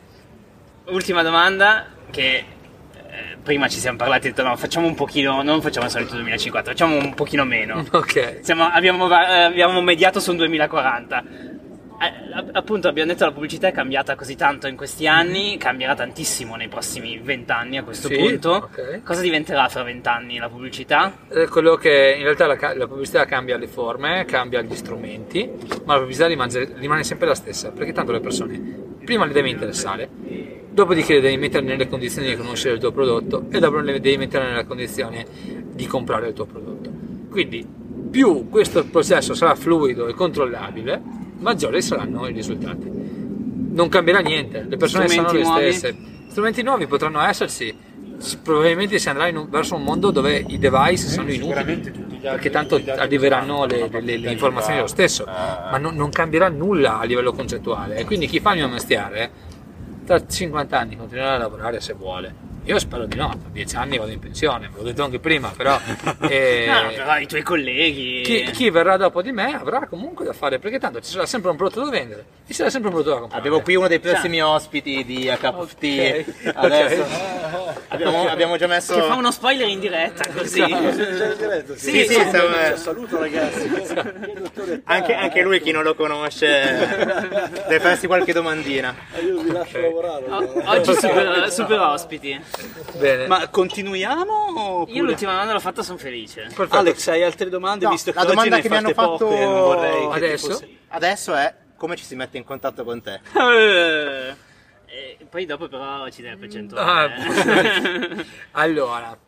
[SPEAKER 1] Ultima domanda che eh, prima ci siamo parlati e detto no, facciamo un pochino, non facciamo il solito duemilacinquanta, facciamo un pochino meno.
[SPEAKER 2] Ok.
[SPEAKER 1] Siamo- abbiamo, va- eh, abbiamo mediato su un duemilaquaranta. Eh, app- appunto abbiamo detto la pubblicità è cambiata così tanto in questi anni, cambierà tantissimo nei prossimi vent'anni a questo
[SPEAKER 2] Sì,
[SPEAKER 1] punto.
[SPEAKER 2] ok.
[SPEAKER 1] Cosa diventerà fra vent'anni la pubblicità?
[SPEAKER 2] Eh, Quello che in realtà la, ca- la pubblicità cambia le forme, cambia gli strumenti, ma la pubblicità rimane, rimane sempre la stessa, perché tanto le persone prima le devi interessare, dopodiché le devi mettere nelle condizioni di conoscere il tuo prodotto e dopo le devi mettere nella condizione di comprare il tuo prodotto. Quindi più questo processo sarà fluido e controllabile, maggiori saranno i risultati. Non cambierà niente, le persone
[SPEAKER 1] Strumenti
[SPEAKER 2] saranno le
[SPEAKER 1] nuovi?
[SPEAKER 2] stesse. Strumenti nuovi potranno esserci, s- probabilmente si andrà in un- verso un mondo dove i device sono inutili.
[SPEAKER 5] Sicuramente tutti gli
[SPEAKER 2] perché tanto arriveranno le, le, le informazioni lo stesso, ma non, non cambierà nulla a livello concettuale. E quindi chi fa il mio mestiere tra cinquanta anni continuerà a lavorare se vuole. Io spero di no, tra dieci anni vado in pensione, ve l'ho detto anche prima, però...
[SPEAKER 1] Eh, no, però i tuoi colleghi...
[SPEAKER 2] Chi, chi verrà dopo di me avrà comunque da fare, perché tanto ci sarà sempre un prodotto da vendere, ci sarà sempre un prodotto da comprare.
[SPEAKER 3] Abbiamo qui uno dei prossimi ospiti di A Cup of Tea.
[SPEAKER 2] Okay.
[SPEAKER 3] Adesso
[SPEAKER 2] Okay.
[SPEAKER 3] abbiamo, abbiamo già messo...
[SPEAKER 1] Che fa uno spoiler in diretta, così.
[SPEAKER 3] Sì, sì, sì, sì, stiamo...
[SPEAKER 5] Saluto ragazzi.
[SPEAKER 3] Anche, anche lui, chi non lo conosce, deve farsi qualche domandina.
[SPEAKER 5] Io vi lascio lavorare.
[SPEAKER 1] O- oggi super, super ospiti.
[SPEAKER 2] Bene.
[SPEAKER 4] Ma continuiamo? Oppure...
[SPEAKER 1] Io l'ultima domanda l'ho fatta, sono felice.
[SPEAKER 2] Perfetto.
[SPEAKER 4] Alex, hai altre domande?
[SPEAKER 3] No,
[SPEAKER 4] visto che
[SPEAKER 3] la
[SPEAKER 4] oggi
[SPEAKER 3] domanda
[SPEAKER 4] ne
[SPEAKER 3] che mi hanno
[SPEAKER 4] fate poche,
[SPEAKER 3] fatto
[SPEAKER 4] non vorrei che
[SPEAKER 2] adesso?
[SPEAKER 4] ti fosse-
[SPEAKER 3] Adesso è come ci si mette in contatto con te.
[SPEAKER 1] Eh, e poi dopo però ci deve
[SPEAKER 2] Ah,
[SPEAKER 1] percentuale. eh.
[SPEAKER 2] allora,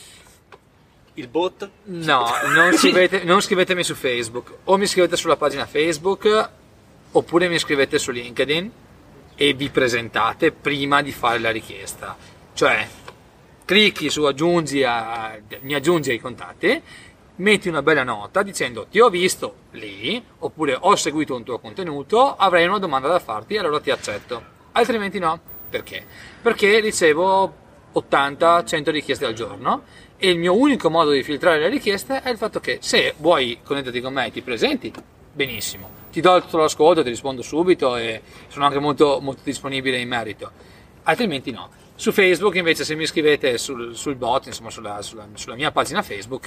[SPEAKER 4] Il bot?
[SPEAKER 2] no, non, scrivete, non scrivetemi su Facebook, o mi scrivete sulla pagina Facebook, oppure mi scrivete su LinkedIn e vi presentate prima di fare la richiesta. Cioè, clicchi su aggiungi a, mi aggiungi ai contatti, metti una bella nota dicendo ti ho visto lì, oppure ho seguito un tuo contenuto, avrei una domanda da farti, allora ti accetto. Altrimenti no. Perché? Perché ricevo ottanta cento richieste al giorno e il mio unico modo di filtrare le richieste è il fatto che se vuoi connetterti con me e ti presenti, benissimo, ti do tutto l'ascolto, ti rispondo subito e sono anche molto, molto disponibile in merito. Altrimenti no. Su Facebook invece, se mi scrivete sul, sul bot, insomma sulla, sulla, sulla mia pagina Facebook,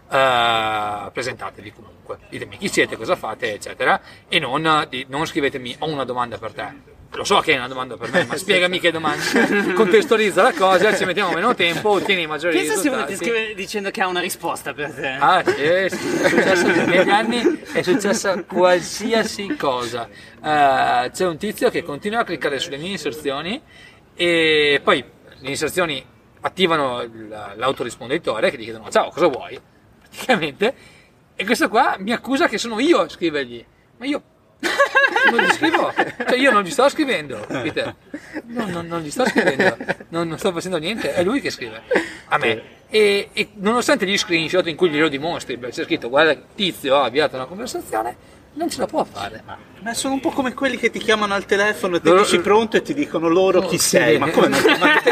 [SPEAKER 2] eh, presentatevi comunque, ditemi chi siete, cosa fate, eccetera, e non, di, non scrivetemi ho una domanda per te. Lo so che è una domanda per me, ma spiegami che domanda, contestualizza la cosa, ci mettiamo meno tempo, ottieni i maggiori
[SPEAKER 1] Pensa se uno ti
[SPEAKER 2] risultati.
[SPEAKER 1] scrive dicendo che ha una risposta per te.
[SPEAKER 2] Ah sì, sì, è successo negli anni, è successa qualsiasi cosa. Uh, c'è un tizio che continua a cliccare sulle mie inserzioni e poi le inserzioni attivano l- l'autorisponditore che gli chiedono ciao, cosa vuoi? Praticamente, e questo qua mi accusa che sono io a scrivergli, ma io non gli scrivo, cioè io non gli sto scrivendo, capite? Non, non, non gli sto scrivendo, non, non sto facendo niente, è lui che scrive a me. E, e nonostante gli screenshot in cui glielo dimostri, beh, c'è scritto guarda il tizio ha avviato una conversazione, non ce la può fare.
[SPEAKER 4] Ma sono un po' come quelli che ti chiamano al telefono e ti
[SPEAKER 2] Loro-
[SPEAKER 4] dici pronto e ti dicono loro chi
[SPEAKER 2] sì.
[SPEAKER 4] sei. Ma come non ma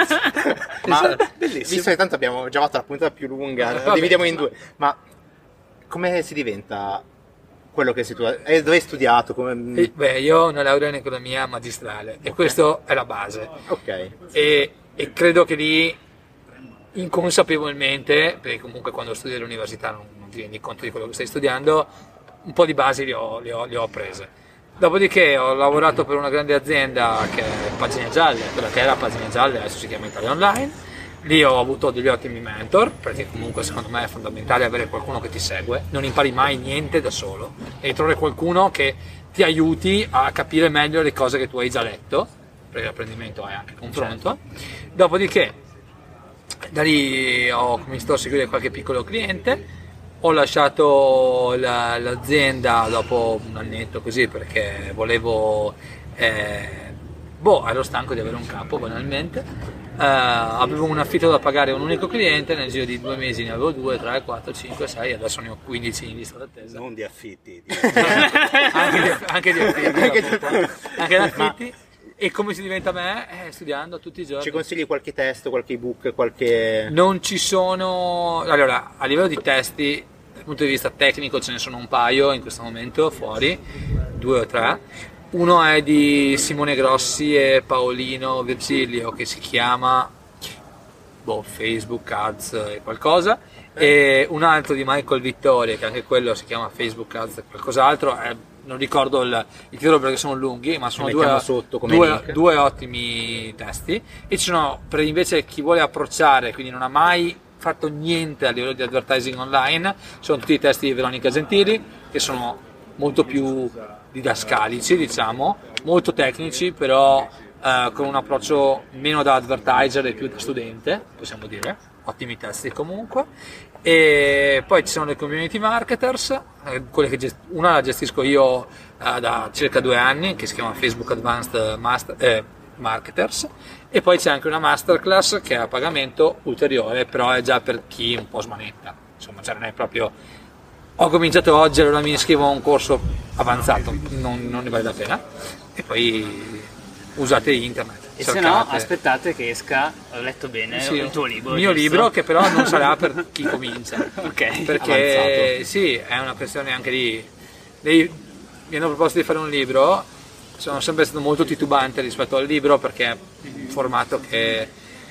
[SPEAKER 3] Ma
[SPEAKER 4] bellissimo.
[SPEAKER 3] visto che tanto abbiamo già fatto la puntata più lunga,
[SPEAKER 2] Vabbè,
[SPEAKER 3] la dividiamo in
[SPEAKER 2] ma-
[SPEAKER 3] due. Ma come si diventa quello che sei tu? E dove hai studiato? Come...
[SPEAKER 2] E, beh, io ho una laurea in economia magistrale e questa è la base.
[SPEAKER 3] Ok.
[SPEAKER 2] E, e credo che lì inconsapevolmente, perché comunque quando studi all'università non, non ti rendi conto di quello che stai studiando, un po' di basi le ho, le ho, le ho prese. Dopodiché ho lavorato per una grande azienda che è Pagine Gialle, quella che era Pagine Gialle adesso si chiama Italia Online. Lì ho avuto degli ottimi mentor, perché comunque secondo me è fondamentale avere qualcuno che ti segue, non impari mai niente da solo, devi trovare qualcuno che ti aiuti a capire meglio le cose che tu hai già letto, perché l'apprendimento è anche confronto. Dopodiché da lì ho cominciato a seguire qualche piccolo cliente, ho lasciato la, l'azienda dopo un annetto così perché volevo, eh, boh, ero stanco di avere un capo banalmente. Uh, avevo un affitto da pagare a un unico cliente, nel giro di due mesi ne avevo due, tre, quattro, cinque, sei, adesso ne ho quindici in lista d'attesa.
[SPEAKER 4] Non di affitti. Di...
[SPEAKER 2] anche, di, anche di affitti, anche di affitti. E come si diventa me? Eh, studiando tutti i giorni.
[SPEAKER 3] Ci consigli qualche testo, qualche ebook, qualche...
[SPEAKER 2] Non ci sono... Allora, a livello di testi, dal punto di vista tecnico ce ne sono un paio in questo momento fuori, due o tre. Uno è di Simone Grossi e Paolino Virgilio che si chiama boh, Facebook Ads e qualcosa, e un altro di Michael Vittoria che anche quello si chiama Facebook Ads e qualcos'altro, eh, non ricordo il, il titolo perché sono lunghi, ma sono due,
[SPEAKER 3] sotto come
[SPEAKER 2] due,
[SPEAKER 3] link.
[SPEAKER 2] due ottimi testi. E ci sono, per invece chi vuole approcciare, quindi non ha mai fatto niente a livello di advertising online, sono tutti i testi di Veronica Gentili che sono molto più didascalici, diciamo, molto tecnici, però eh, con un approccio meno da advertiser e più da studente, possiamo dire, ottimi testi comunque. E poi ci sono le community marketers, eh, quelle che gest- una la gestisco io eh, da circa due anni, che si chiama Facebook Advanced Master, eh, Marketers, e poi c'è anche una masterclass che è a pagamento ulteriore, però è già per chi un po' smanetta. insomma, cioè non è proprio ho cominciato oggi, allora mi iscrivo a un corso avanzato, non, non ne vale la pena. E poi usate internet.
[SPEAKER 1] E se no,
[SPEAKER 2] cercate.
[SPEAKER 1] aspettate che esca, ho letto bene,
[SPEAKER 2] Sì,
[SPEAKER 1] il tuo libro.
[SPEAKER 2] il mio
[SPEAKER 1] giusto?
[SPEAKER 2] libro, che però non sarà per chi comincia.
[SPEAKER 1] Ok,
[SPEAKER 2] Perché
[SPEAKER 3] avanzato.
[SPEAKER 2] sì, è una questione anche di. Dei, mi hanno proposto di fare un libro, sono sempre stato molto titubante rispetto al libro perché è un formato che.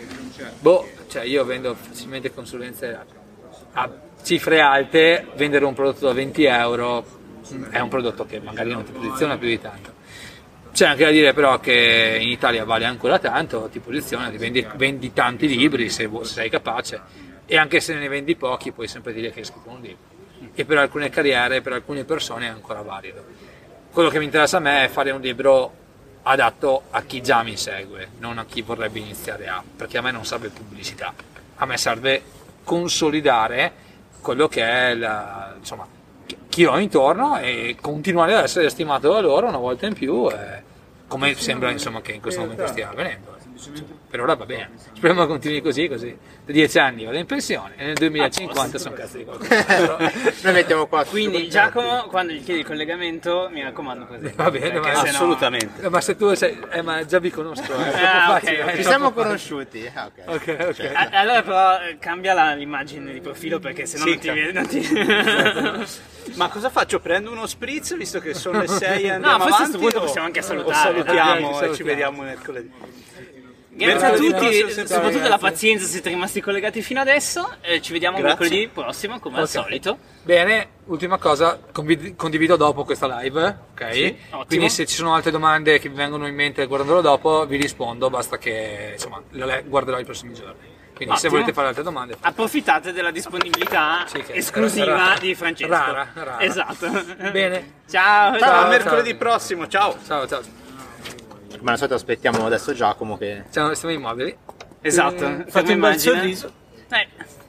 [SPEAKER 2] Boh, cioè io vendo facilmente consulenze a, a cifre alte, vendere un prodotto da venti euro è un prodotto che magari non ti posiziona più di tanto. C'è anche da dire però che in Italia vale ancora tanto, ti posiziona, ti vendi, vendi tanti libri se, vu- se sei capace, e anche se ne vendi pochi puoi sempre dire che hai scritto un libro, e per alcune carriere, per alcune persone è ancora valido. Quello che mi interessa a me è fare un libro adatto a chi già mi segue, non a chi vorrebbe iniziare a, perché a me non serve pubblicità, a me serve consolidare quello che è la, insomma, chi ho intorno e continuare ad essere stimato da loro una volta in più, eh, come sembra insomma che in questo momento stia avvenendo. Per ora va bene, speriamo che continui così, così tra dieci anni vado in pensione e nel duemilacinquanta sono cazzo di qualcosa.
[SPEAKER 3] Noi mettiamo qua.
[SPEAKER 1] Quindi Giacomo, quando gli chiedi il collegamento, mi raccomando così.
[SPEAKER 2] Va bene,
[SPEAKER 1] perché
[SPEAKER 2] ma
[SPEAKER 1] sennò-
[SPEAKER 4] assolutamente.
[SPEAKER 2] Eh, ma se tu sei, eh, ma già vi conosco, eh, è troppo
[SPEAKER 1] Ah, ok,
[SPEAKER 2] facile,
[SPEAKER 1] ok.
[SPEAKER 2] eh,
[SPEAKER 3] Ci
[SPEAKER 2] è
[SPEAKER 3] siamo
[SPEAKER 2] troppo
[SPEAKER 3] conosciuti. Ah, ok.
[SPEAKER 2] facile. Ok, ok.
[SPEAKER 3] Cioè,
[SPEAKER 1] A- Allora però eh, cambia la- l'immagine di profilo perché sennò
[SPEAKER 4] Sì,
[SPEAKER 1] non ti
[SPEAKER 4] cambia.
[SPEAKER 1] viene. Non ti...
[SPEAKER 4] Ma cosa faccio? Prendo uno spritz visto che sono le sei e
[SPEAKER 1] No,
[SPEAKER 4] andiamo
[SPEAKER 1] forse a
[SPEAKER 4] avanti?
[SPEAKER 1] questo punto
[SPEAKER 4] o-
[SPEAKER 1] possiamo anche
[SPEAKER 4] o
[SPEAKER 1] salutare.
[SPEAKER 4] salutiamo
[SPEAKER 2] Dai, ci
[SPEAKER 4] e ci
[SPEAKER 2] salutiamo.
[SPEAKER 4] vediamo mercoledì.
[SPEAKER 1] Grazie a
[SPEAKER 4] Mercoledì
[SPEAKER 1] tutti,
[SPEAKER 4] prossimo, sempre
[SPEAKER 1] soprattutto
[SPEAKER 2] ragazzi.
[SPEAKER 1] della pazienza, siete rimasti collegati fino adesso. Eh, ci vediamo
[SPEAKER 4] Grazie.
[SPEAKER 1] mercoledì prossimo, come al
[SPEAKER 2] Ok.
[SPEAKER 1] solito.
[SPEAKER 2] Bene, ultima cosa, convid- condivido dopo questa live, ok?
[SPEAKER 1] Sì, ottimo.
[SPEAKER 2] Quindi se ci sono altre domande che vi vengono in mente guardandolo dopo, vi rispondo, basta che insomma lo le- guarderò i prossimi giorni. Quindi se
[SPEAKER 1] Ottimo.
[SPEAKER 2] volete fare altre domande,
[SPEAKER 1] Approfittate della disponibilità
[SPEAKER 2] Sì, che è
[SPEAKER 1] esclusiva
[SPEAKER 2] rara-
[SPEAKER 1] di Francesco.
[SPEAKER 2] rara, rara.
[SPEAKER 1] Esatto.
[SPEAKER 2] Bene.
[SPEAKER 1] Ciao.
[SPEAKER 4] Ciao,
[SPEAKER 2] Ciao,
[SPEAKER 4] a mercoledì
[SPEAKER 2] ciao.
[SPEAKER 4] prossimo, ciao!
[SPEAKER 2] ciao ciao.
[SPEAKER 3] come al solito aspettiamo adesso Giacomo che
[SPEAKER 2] Ciao, siamo immobili.
[SPEAKER 1] Esatto.
[SPEAKER 4] Fate un bel
[SPEAKER 1] Immagina.
[SPEAKER 4] sorriso.
[SPEAKER 1] Eh.